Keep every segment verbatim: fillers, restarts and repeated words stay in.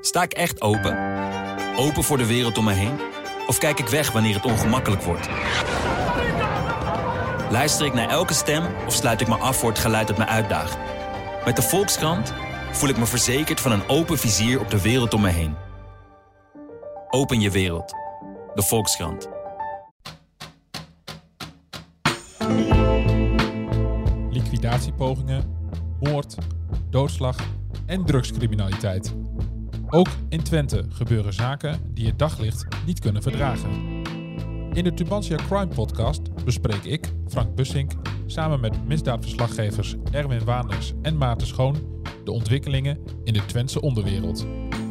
Sta ik echt open? Open voor de wereld om me heen? Of kijk ik weg wanneer het ongemakkelijk wordt? Luister ik naar elke stem of sluit ik me af voor het geluid dat me uitdaagt? Met de Volkskrant voel ik me verzekerd van een open vizier op de wereld om me heen. Open je wereld. De Volkskrant. Liquidatiepogingen, moord, doodslag en drugscriminaliteit. Ook in Twente gebeuren zaken die het daglicht niet kunnen verdragen. In de Tubantia Crime Podcast bespreek ik, Frank Bussink, samen met misdaadverslaggevers Erwin Waanders en Maarten Schoon de ontwikkelingen in de Twentse onderwereld.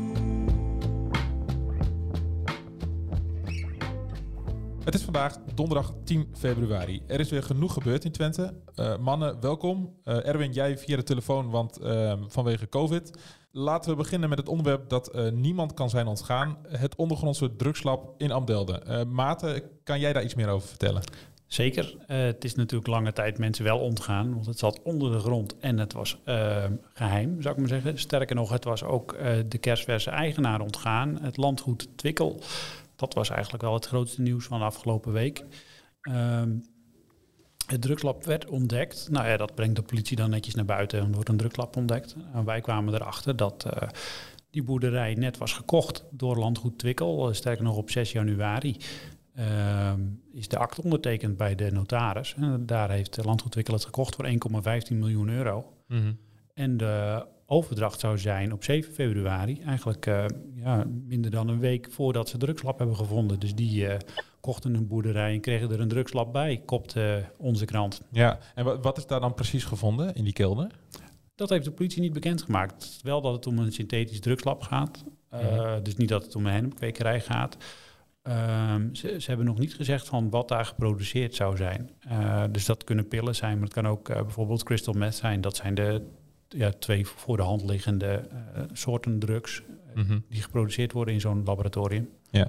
Het is vandaag donderdag tien februari. Er is weer genoeg gebeurd in Twente. Uh, mannen, welkom. Uh, Erwin, jij via de telefoon, want uh, vanwege COVID. Laten we beginnen met het onderwerp dat uh, niemand kan zijn ontgaan. Het ondergrondse drugslab in Amdelden. Uh, Maarten, kan jij daar iets meer over vertellen? Zeker. Uh, het is natuurlijk lange tijd mensen wel ontgaan. Want het zat onder de grond en het was uh, geheim, zou ik maar zeggen. Sterker nog, het was ook uh, de kersverse eigenaar ontgaan. Het landgoed Twickel. Dat was eigenlijk wel het grootste nieuws van de afgelopen week. Um, het drugslab werd ontdekt. Nou ja, dat brengt de politie dan netjes naar buiten en wordt een drugslab ontdekt. En wij kwamen erachter dat uh, die boerderij net was gekocht door landgoed Twickel. Sterker nog, op zes januari uh, is de akte ondertekend bij de notaris. En daar heeft landgoed Twickel het gekocht voor één komma vijftien miljoen euro. Mm-hmm. En de overdracht zou zijn op zeven februari, eigenlijk uh, ja, minder dan een week voordat ze drugslab hebben gevonden. Dus die uh, kochten een boerderij en kregen er een drugslab bij, kopte uh, onze krant. Ja, en wat, wat is daar dan precies gevonden in die kelder? Dat heeft de politie niet bekendgemaakt. Wel dat het om een synthetisch drugslab gaat, uh, ja. Dus niet dat het om een hennepkwekerij gaat. Uh, ze, ze hebben nog niet gezegd van wat daar geproduceerd zou zijn. Uh, dus dat kunnen pillen zijn, maar het kan ook uh, bijvoorbeeld crystal meth zijn. Dat zijn de Ja, twee voor de hand liggende uh, soorten drugs uh, mm-hmm. die geproduceerd worden in zo'n laboratorium. Ja.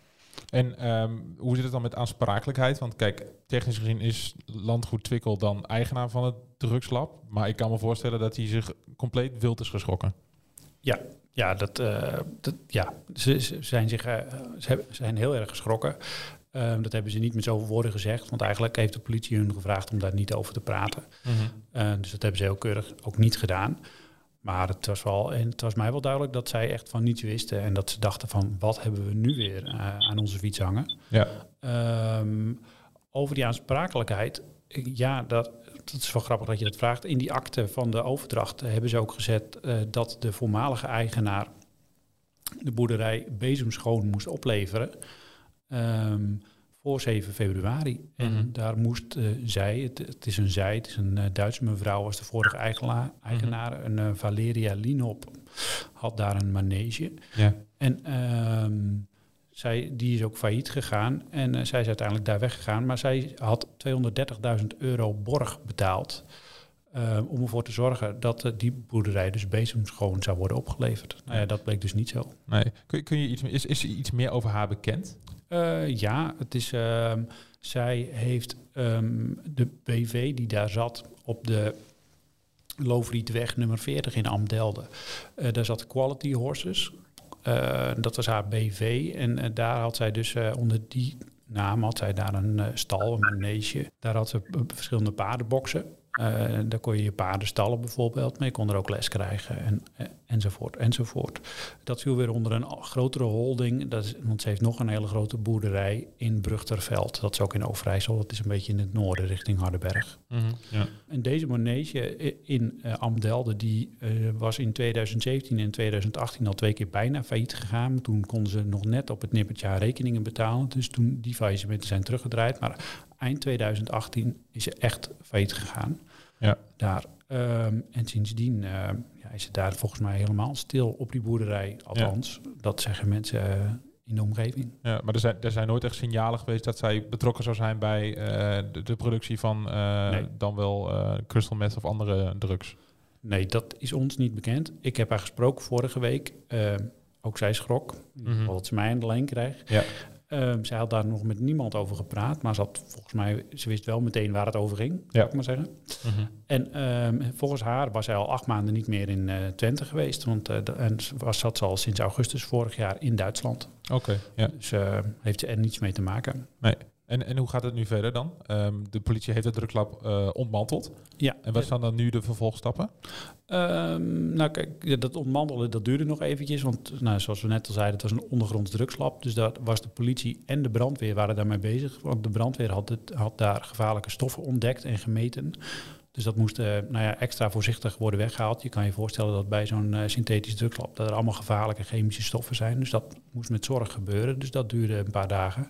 En um, hoe zit het dan met aansprakelijkheid? Want kijk, technisch gezien is landgoed Twickel dan eigenaar van het drugslab. Maar ik kan me voorstellen dat hij zich compleet wild is geschrokken. Ja, ja, dat, uh, dat, ja. Ze, ze, zijn zich, uh, ze zijn heel erg geschrokken. Uh, dat hebben ze niet met zoveel woorden gezegd. Want eigenlijk heeft de politie hun gevraagd om daar niet over te praten. Uh-huh. Uh, dus dat hebben ze heel keurig ook niet gedaan. Maar het was, wel, en het was mij wel duidelijk dat zij echt van niets wisten. En dat ze dachten van, wat hebben we nu weer uh, aan onze fiets hangen? Ja. Um, over die aansprakelijkheid. Ja, dat, dat is wel grappig dat je dat vraagt. In die akte van de overdracht hebben ze ook gezet uh, dat de voormalige eigenaar de boerderij bezemschoon moest opleveren. Um, voor zeven februari. En mm-hmm. daar moest uh, zij, het, het is een zij, het is een uh, Duitse mevrouw, was de vorige eigenaar, eigenaar mm-hmm. een uh, Valeria Linop, had daar een manege. Ja. En um, zij, die is ook failliet gegaan en uh, zij is uiteindelijk daar weggegaan, maar zij had tweehonderddertigduizend euro borg betaald. Uh, om ervoor te zorgen dat uh, die boerderij dus bezemschoon zou worden opgeleverd. Nou ja, dat bleek dus niet zo. Nee. Kun, kun je iets, is, is er iets meer over haar bekend? Uh, ja, het is, uh, zij heeft um, de B V die daar zat op de Loofrietweg nummer veertig in Amdelden. Uh, daar zat Quality Horses. Uh, dat was haar B V. En uh, daar had zij dus uh, onder die naam had zij daar een uh, stal, een manege. Daar had ze uh, verschillende paardenboksen. Uh, daar kon je je paarden stallen bijvoorbeeld, maar je kon er ook les krijgen en, uh, enzovoort, enzovoort. Dat viel weer onder een grotere holding, dat is, want ze heeft nog een hele grote boerderij in Brugterveld. Dat is ook in Overijssel, dat is een beetje in het noorden richting Hardenberg. Mm-hmm, ja. En deze manege in uh, Amdelden, die uh, was in tweeduizend zeventien en tweeduizend achttien al twee keer bijna failliet gegaan. Toen konden ze nog net op het nippertje haar rekeningen betalen, dus toen die faillissementen zijn teruggedraaid. Maar eind tweeduizend achttien is ze echt failliet gegaan. Ja. Daar. Um, en sindsdien uh, ja, is het daar volgens mij helemaal stil op die boerderij. Althans, ja. Dat zeggen mensen uh, in de omgeving. Ja, maar er zijn, er zijn nooit echt signalen geweest dat zij betrokken zou zijn bij uh, de, de productie van uh, nee. dan wel uh, crystal meth of andere drugs. Nee, dat is ons niet bekend. Ik heb haar gesproken vorige week. Uh, ook zij schrok. Mm-hmm. Wat ze mij aan de lijn krijgt. Ja. Um, zij had daar nog met niemand over gepraat, maar ze had volgens mij, ze wist wel meteen waar het over ging, Ja. zou ik maar zeggen. Mm-hmm. En um, volgens haar was zij al acht maanden niet meer in uh, Twente geweest, want uh, de, en was, zat ze al sinds augustus vorig jaar in Duitsland. Oké, okay, ja. Dus uh, heeft ze er niets mee te maken. Nee. En, en hoe gaat het nu verder dan? Um, de politie heeft het drugslab uh, ontmanteld. Ja. En wat zijn dan nu de vervolgstappen? Um, nou kijk, dat ontmantelen dat duurde nog eventjes. Want nou, zoals we net al zeiden, het was een ondergronds drugslab. Dus daar was de politie en de brandweer waren daarmee bezig. Want de brandweer had, het, had daar gevaarlijke stoffen ontdekt en gemeten. Dus dat moest uh, nou ja, extra voorzichtig worden weggehaald. Je kan je voorstellen dat bij zo'n uh, synthetisch drugslab dat er allemaal gevaarlijke chemische stoffen zijn. Dus dat moest met zorg gebeuren. Dus dat duurde een paar dagen.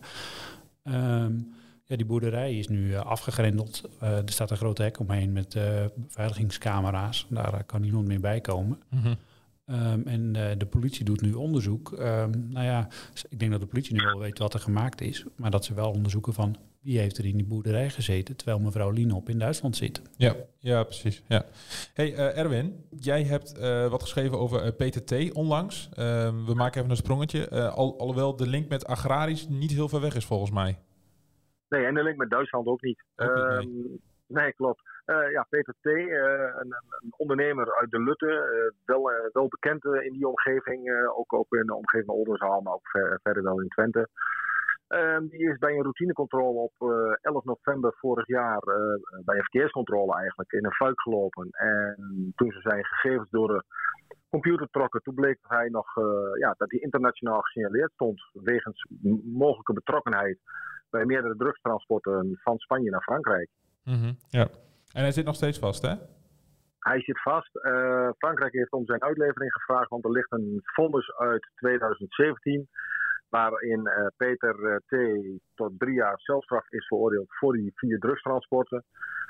Um, ja, die boerderij is nu uh, afgegrendeld. Uh, er staat een grote hek omheen met uh, beveiligingscamera's. Daar uh, kan niemand meer bij komen. Mm-hmm. Um, en uh, de politie doet nu onderzoek. Um, nou ja, ik denk dat de politie nu wel weet wat er gemaakt is. Maar dat ze wel onderzoeken van wie heeft er in die boerderij gezeten, terwijl mevrouw Lienop in Duitsland zit. Ja, ja precies. Ja. Hey uh, Erwin, jij hebt uh, wat geschreven over uh, P T T onlangs. Uh, we maken even een sprongetje. Uh, al, alhoewel de link met agrarisch niet heel ver weg is volgens mij. Nee, en de link met Duitsland ook niet. Ook niet, nee. Uh, nee, klopt. Uh, ja, P T T, uh, een, een ondernemer uit de Lutte, uh, wel, uh, wel bekend uh, in die omgeving, uh, ook, ook in de omgeving van Oldenzaal, maar ook ver, verder wel in Twente. Uh, die is bij een routinecontrole op uh, elf november vorig jaar, uh, bij een verkeerscontrole eigenlijk, in een fuik gelopen. En toen ze zijn gegevens door de computer trokken, toen bleek dat hij nog, uh, ja, dat hij internationaal gesignaleerd stond, wegens m- mogelijke betrokkenheid bij meerdere drugstransporten van Spanje naar Frankrijk. Mm-hmm. Ja. En hij zit nog steeds vast, hè? Hij zit vast. Uh, Frankrijk heeft om zijn uitlevering gevraagd, want er ligt een vonnis uit tweeduizend zeventien... waarin uh, Peter uh, T. tot drie jaar celstraf is veroordeeld voor die vier drugstransporten.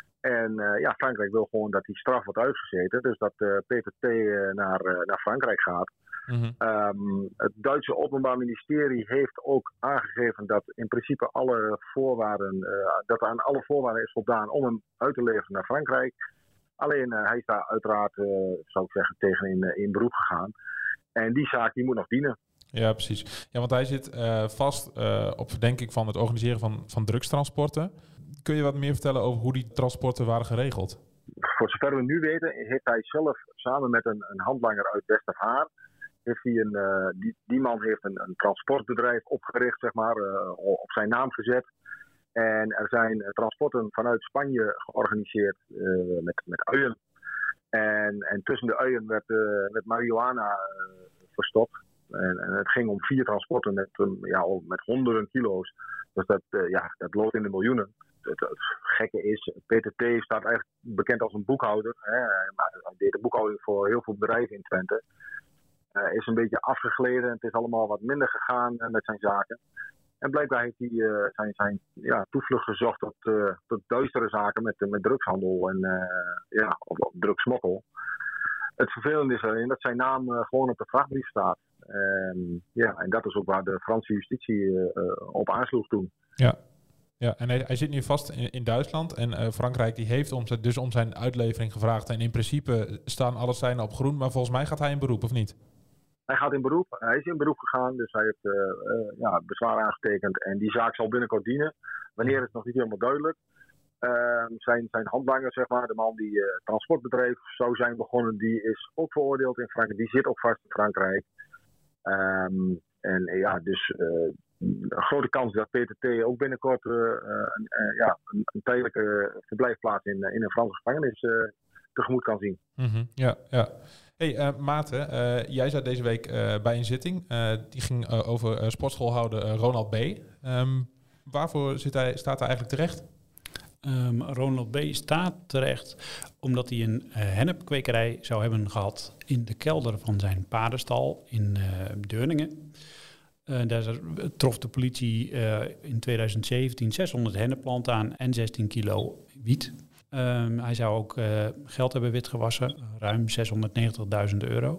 En uh, ja, Frankrijk wil gewoon dat die straf wordt uitgezeten. Dus dat uh, Peter T. Uh, naar, uh, naar Frankrijk gaat. Mm-hmm. Um, het Duitse Openbaar Ministerie heeft ook aangegeven dat in principe alle voorwaarden, uh, dat er aan alle voorwaarden is voldaan om hem uit te leveren naar Frankrijk. Alleen uh, hij is daar uiteraard, uh, zou ik zeggen, tegen in, uh, in beroep gegaan. En die zaak die moet nog dienen. Ja, precies. Ja, want hij zit uh, vast uh, op verdenking van het organiseren van, van drugstransporten. Kun je wat meer vertellen over hoe die transporten waren geregeld? Voor zover we nu weten, heeft hij zelf samen met een, een handlanger uit Westerhaar, heeft hij een, uh, die, die man heeft een, een transportbedrijf opgericht, zeg maar, uh, op zijn naam gezet. En er zijn uh, transporten vanuit Spanje georganiseerd uh, met, met uien. En, en tussen de uien werd, uh, werd marihuana uh, verstopt. En, en het ging om vier transporten met, um, ja, met honderden kilo's. Dus dat, uh, ja, dat loopt in de miljoenen. Het, het gekke is, P T T staat eigenlijk bekend als een boekhouder. Hè. Hij deed de boekhouding voor heel veel bedrijven in Twente. Uh, is een beetje afgegleden. Het is allemaal wat minder gegaan uh, met zijn zaken. En blijkbaar heeft hij uh, zijn, zijn ja, toevlucht gezocht tot, uh, tot duistere zaken met, uh, met drugshandel en uh, ja, of, of drugsmokkel. Het vervelende is alleen dat zijn naam uh, gewoon op de vrachtbrief staat. Um, ja, en dat is ook waar de Franse justitie uh, uh, op aansloeg toen. Ja. Ja, en hij, hij zit nu vast in, in Duitsland en uh, Frankrijk die heeft om, dus om zijn uitlevering gevraagd. En in principe staan alle seinen op groen, maar volgens mij gaat hij in beroep, of niet? Hij gaat in beroep. Hij is in beroep gegaan, dus hij heeft uh, uh, ja, bezwaar aangetekend. En die zaak zal binnenkort dienen. Wanneer is nog niet helemaal duidelijk. Uh, zijn, zijn handlanger, zeg maar, de man die uh, transportbedrijf zou zijn begonnen, die is ook veroordeeld in Frankrijk. Die zit ook vast in Frankrijk. Um, en uh, ja, dus uh, een grote kans dat P T T ook binnenkort uh, uh, uh, ja, een, een tijdelijke verblijfplaats in, uh, in een Franse gevangenis uh, tegemoet kan zien. Mm-hmm. Ja, ja. Hey, uh, Maarten, uh, jij zat deze week uh, bij een zitting. Uh, die ging uh, over uh, sportschoolhouder uh, Ronald B. Um, waarvoor zit hij, staat hij eigenlijk terecht? Um, Ronald B. staat terecht omdat hij een uh, hennepkwekerij zou hebben gehad in de kelder van zijn paardenstal in uh, Deurningen. Uh, daar trof de politie uh, in tweeduizend zeventien zeshonderd hennepplanten aan en zestien kilo wiet. Um, hij zou ook uh, geld hebben witgewassen, ruim zeshonderdnegentigduizend euro.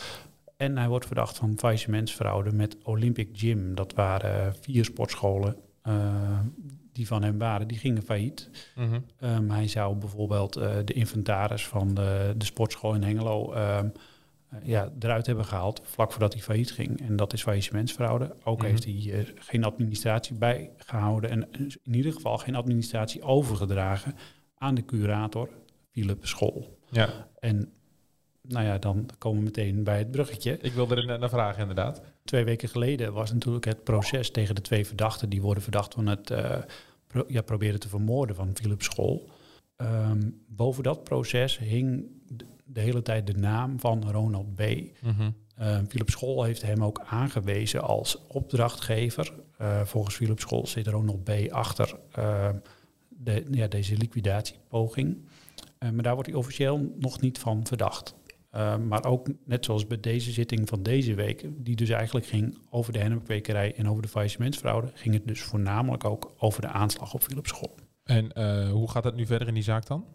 En hij wordt verdacht van faillissementsfraude met Olympic Gym. Dat waren vier sportscholen uh, die van hem waren, die gingen failliet. Mm-hmm. Um, hij zou bijvoorbeeld uh, de inventaris van de, de sportschool in Hengelo uh, uh, ja, eruit hebben gehaald vlak voordat hij failliet ging. En dat is faillissementsfraude. Ook mm-hmm. heeft hij uh, geen administratie bijgehouden en in ieder geval geen administratie overgedragen aan de curator Philip Scholl. Ja. En nou ja, dan komen we meteen bij het bruggetje. Ik wilde er naar vragen, inderdaad. Twee weken geleden was natuurlijk het proces tegen de twee verdachten. Die worden verdacht van het uh, pro- ja, proberen te vermoorden van Philip Scholl. Um, boven dat proces hing de, de hele tijd de naam van Ronald B. Mm-hmm. Uh, Philip Scholl heeft hem ook aangewezen als opdrachtgever. Uh, volgens Philip Scholl zit Ronald B. achter uh, de, ja, deze liquidatiepoging. Uh, maar daar wordt hij officieel nog niet van verdacht. Uh, maar ook net zoals bij deze zitting van deze week, die dus eigenlijk ging over de hennepkwekerij en over de faillissementsfraude, ging het dus voornamelijk ook over de aanslag op Philip Scholl. En uh, hoe gaat het nu verder in die zaak dan?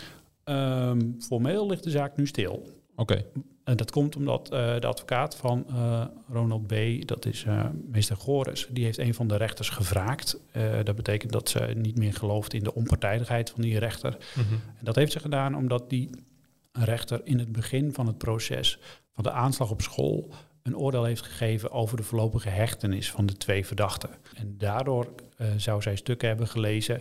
Um, formeel ligt de zaak nu stil. Oké. Okay. En dat komt omdat uh, de advocaat van uh, Ronald B., dat is uh, meester Gores, die heeft een van de rechters gevraagd. Uh, dat betekent dat ze niet meer gelooft in de onpartijdigheid van die rechter. Mm-hmm. En dat heeft ze gedaan omdat die rechter in het begin van het proces van de aanslag op Scholl een oordeel heeft gegeven over de voorlopige hechtenis van de twee verdachten. En daardoor uh, zou zij stukken hebben gelezen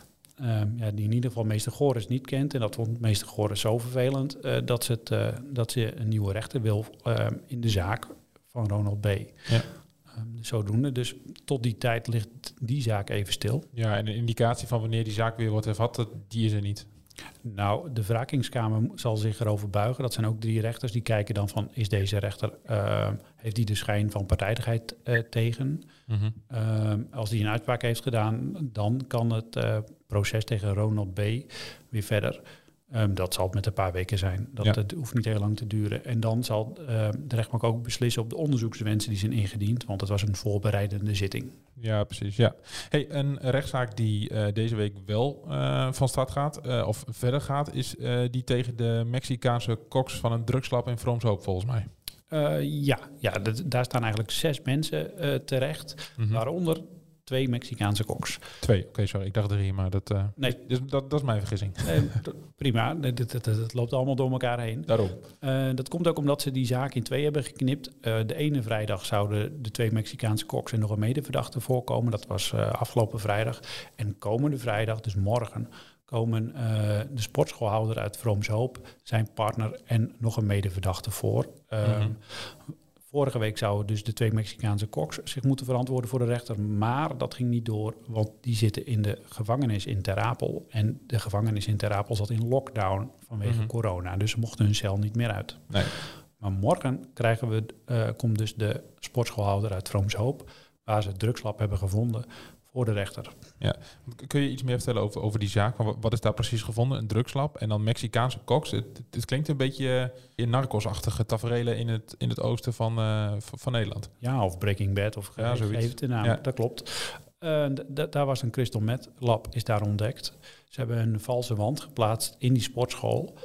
Um, ja, die in ieder geval meester Gores niet kent. En dat vond meester Gores zo vervelend uh, dat, ze het, uh, dat ze een nieuwe rechter wil uh, in de zaak van Ronald B. Ja. Um, zodoende. Dus tot die tijd ligt die zaak even stil. Ja, en een indicatie van wanneer die zaak weer wordt hervat, die is er niet. Nou, de wrakingskamer zal zich erover buigen. Dat zijn ook drie rechters. Die kijken dan van, is deze rechter, uh, heeft die de schijn van partijdigheid uh, tegen? Mm-hmm. Uh, als die een uitspraak heeft gedaan, dan kan het uh, proces tegen Ronald B. weer verder. Um, dat zal met een paar weken zijn. Dat ja. Het hoeft niet heel lang te duren. En dan zal uh, de rechtbank ook beslissen op de onderzoekswensen die zijn ingediend. Want het was een voorbereidende zitting. Ja, precies. Ja. Hey, een rechtszaak die uh, deze week wel uh, van start gaat, uh, of verder gaat, is uh, die tegen de Mexicaanse koks van een drugslab in Vroomshoop, volgens mij. Uh, ja, ja d- daar staan eigenlijk zes mensen uh, terecht, mm-hmm. waaronder twee Mexicaanse koks. Twee, oké, okay, sorry. Ik dacht drie, maar dat, uh, nee. dus, dat, dat is mijn vergissing. Uh, d- prima, dat, dat, dat, dat loopt allemaal door elkaar heen. Daarom. Uh, dat komt ook omdat ze die zaak in twee hebben geknipt. Uh, de ene vrijdag zouden de twee Mexicaanse koks en nog een medeverdachte voorkomen. Dat was uh, afgelopen vrijdag. En komende vrijdag, dus morgen, komen uh, de sportschoolhouder uit Vroomshoop, zijn partner en nog een medeverdachte voor. Uh, mm-hmm. Vorige week zouden dus de twee Mexicaanse koks zich moeten verantwoorden voor de rechter. Maar dat ging niet door, want die zitten in de gevangenis in Ter Apel. En de gevangenis in Ter Apel zat in lockdown vanwege mm-hmm. corona. Dus ze mochten hun cel niet meer uit. Nee. Maar morgen krijgen we, uh, komt dus de sportschoolhouder uit Vroomshoop, waar ze het drugslab hebben gevonden, voor de rechter. Ja. Kun je iets meer vertellen over, over die zaak? Wat is daar precies gevonden? Een drugslab en dan Mexicaanse koks. Het, het klinkt een beetje in narcos-achtige taferelen in het, in het oosten van, uh, van Nederland. Ja, of Breaking Bad of ja, zoiets. Geef de naam. Ja. Dat klopt. Uh, d- d- daar was een crystal meth lab, is daar ontdekt. Ze hebben een valse wand geplaatst in die sportschool.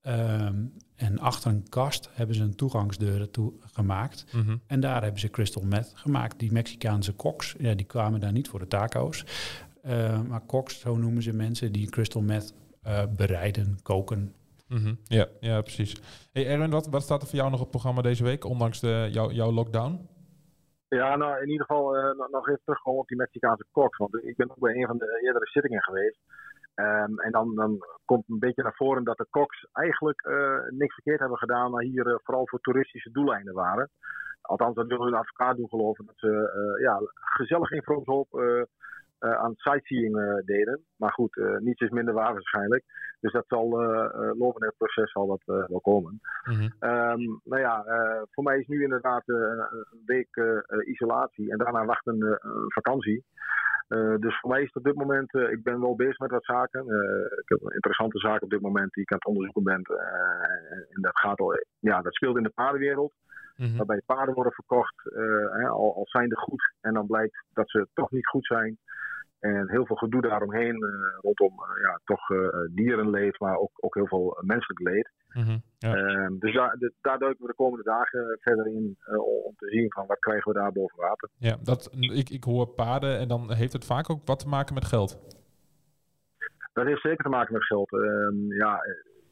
Um, en achter een kast hebben ze een toegangsdeur toe gemaakt. Mm-hmm. En daar hebben ze crystal meth gemaakt. Die Mexicaanse koks, ja, die kwamen daar niet voor de taco's. Uh, maar koks, zo noemen ze mensen die crystal meth uh, bereiden, koken. Mm-hmm. Ja, ja, precies. Hey Erwin, wat, wat staat er voor jou nog op het programma deze week, ondanks de, jou, jouw lockdown? Ja, nou in ieder geval uh, nog even terugkomen op die Mexicaanse koks. Want ik ben ook bij een van de eerdere zittingen geweest. Um, en dan, dan komt een beetje naar voren dat de koks eigenlijk uh, niks verkeerd hebben gedaan, maar hier uh, vooral voor toeristische doeleinden waren. Althans, dat wil hun advocaat doen geloven, dat ze uh, ja, gezellig in Vroomshoop uh, uh, aan sightseeing uh, deden. Maar goed, uh, niets is minder waar waarschijnlijk. Dus dat zal uh, uh, lopen in het proces zal dat uh, wel komen. Mm-hmm. Um, nou ja, uh, voor mij is nu inderdaad uh, een week uh, uh, isolatie en daarna wacht een uh, vakantie. Uh, dus voor mij is het op dit moment, uh, ik ben wel bezig met wat zaken. Uh, ik heb een interessante zaak op dit moment die ik aan het onderzoeken ben. Uh, en dat gaat al, ja, dat speelt in de paardenwereld. Mm-hmm. Waarbij paarden worden verkocht, uh, hè, al, al zijn ze goed. En dan blijkt dat ze toch niet goed zijn. En heel veel gedoe daaromheen, uh, rondom uh, ja, toch uh, dierenleed, maar ook, ook heel veel menselijk leed. Mm-hmm, ja. uh, dus daar, de, daar duiken we de komende dagen verder in uh, om te zien van wat krijgen we daar boven water. Ja, dat, ik, ik hoor paarden en dan heeft het vaak ook wat te maken met geld. Dat heeft zeker te maken met geld. Uh, ja,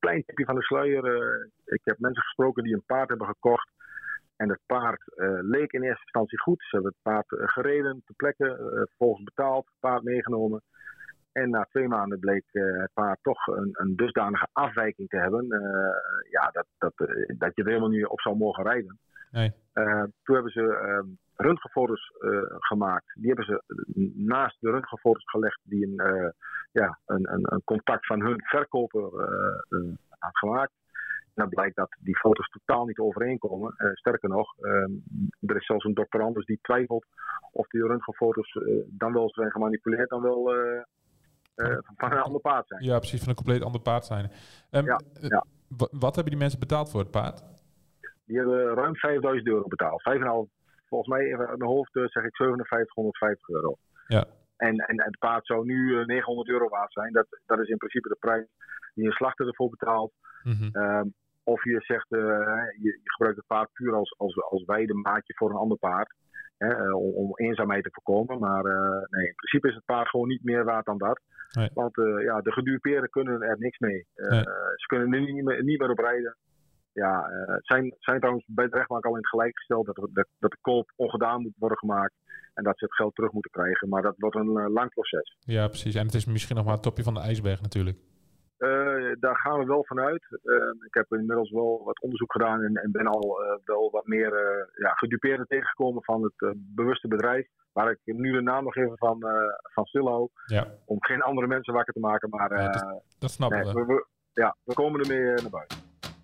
klein tipje van de sluier. Uh, ik heb mensen gesproken die een paard hebben gekocht. En het paard uh, leek in eerste instantie goed. Ze hebben het paard uh, gereden, ter plekke, uh, vervolgens betaald, het paard meegenomen. En na twee maanden bleek uh, het paard toch een, een dusdanige afwijking te hebben. Uh, ja, dat, dat, uh, dat je er helemaal niet op zou mogen rijden. Nee. Uh, toen hebben ze uh, röntgenfoto's uh, gemaakt. Die hebben ze naast de röntgenfoto's gelegd die een, uh, ja, een, een, een contact van hun verkoper uh, uh, had gemaakt. En dan blijkt dat die foto's totaal niet overeenkomen. Uh, sterker nog, uh, er is zelfs een doctorandus die twijfelt of die röntgenfoto's uh, dan wel zijn gemanipuleerd, dan wel uh, uh, van een ander paard zijn. Ja, precies, van een compleet ander paard zijn. Um, ja, ja. W- wat hebben die mensen betaald voor het paard? Die hebben ruim vijfduizend euro betaald. vijf komma vijf, volgens mij in mijn hoofd uh, zeg ik zevenenvijftighonderdvijftig euro. Ja. En, en het paard zou nu uh, negenhonderd euro waard zijn. Dat, dat is in principe de prijs die een slachter ervoor betaalt. Mm-hmm. Um, of je zegt, uh, je, je gebruikt het paard puur als, als, als weidemaatje voor een ander paard. Hè, uh, om, om eenzaamheid te voorkomen. Maar uh, nee, in principe is het paard gewoon niet meer waard dan dat. Nee. Want uh, ja, de gedupeerden kunnen er niks mee. Uh, Nee. Ze kunnen er niet meer, niet meer op rijden. Ja, uh, zijn, zijn trouwens bij de rechtbank al in het gelijk gesteld dat, dat, dat de koop ongedaan moet worden gemaakt. En dat ze het geld terug moeten krijgen. Maar dat wordt een uh, lang proces. Ja, precies. En het is misschien nog maar het topje van de ijsberg natuurlijk. Uh, daar gaan we wel vanuit. Uh, ik heb inmiddels wel wat onderzoek gedaan en, en ben al uh, wel wat meer uh, ja, gedupeerden tegengekomen van het uh, bewuste bedrijf. Waar ik nu de naam nog even van, uh, van stilhoud. Ja. Om geen andere mensen wakker te maken. Maar uh, Ja, dat, dat snappen nee, we. we, we. Ja, we komen ermee uh, naar buiten.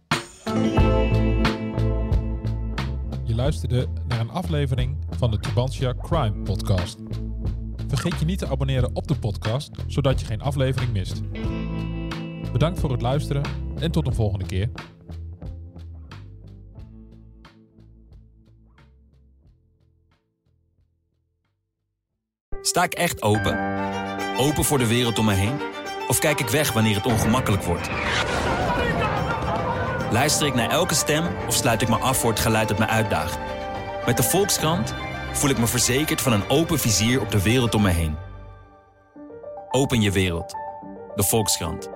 Je luisterde naar een aflevering van de Tubantia Crime Podcast. Vergeet je niet te abonneren op de podcast, zodat je geen aflevering mist. Bedankt voor het luisteren en tot een volgende keer. Sta ik echt open? Open voor de wereld om me heen? Of kijk ik weg wanneer het ongemakkelijk wordt? Luister ik naar elke stem of sluit ik me af voor het geluid dat me uitdaagt? Met de Volkskrant voel ik me verzekerd van een open vizier op de wereld om me heen. Open je wereld. De Volkskrant.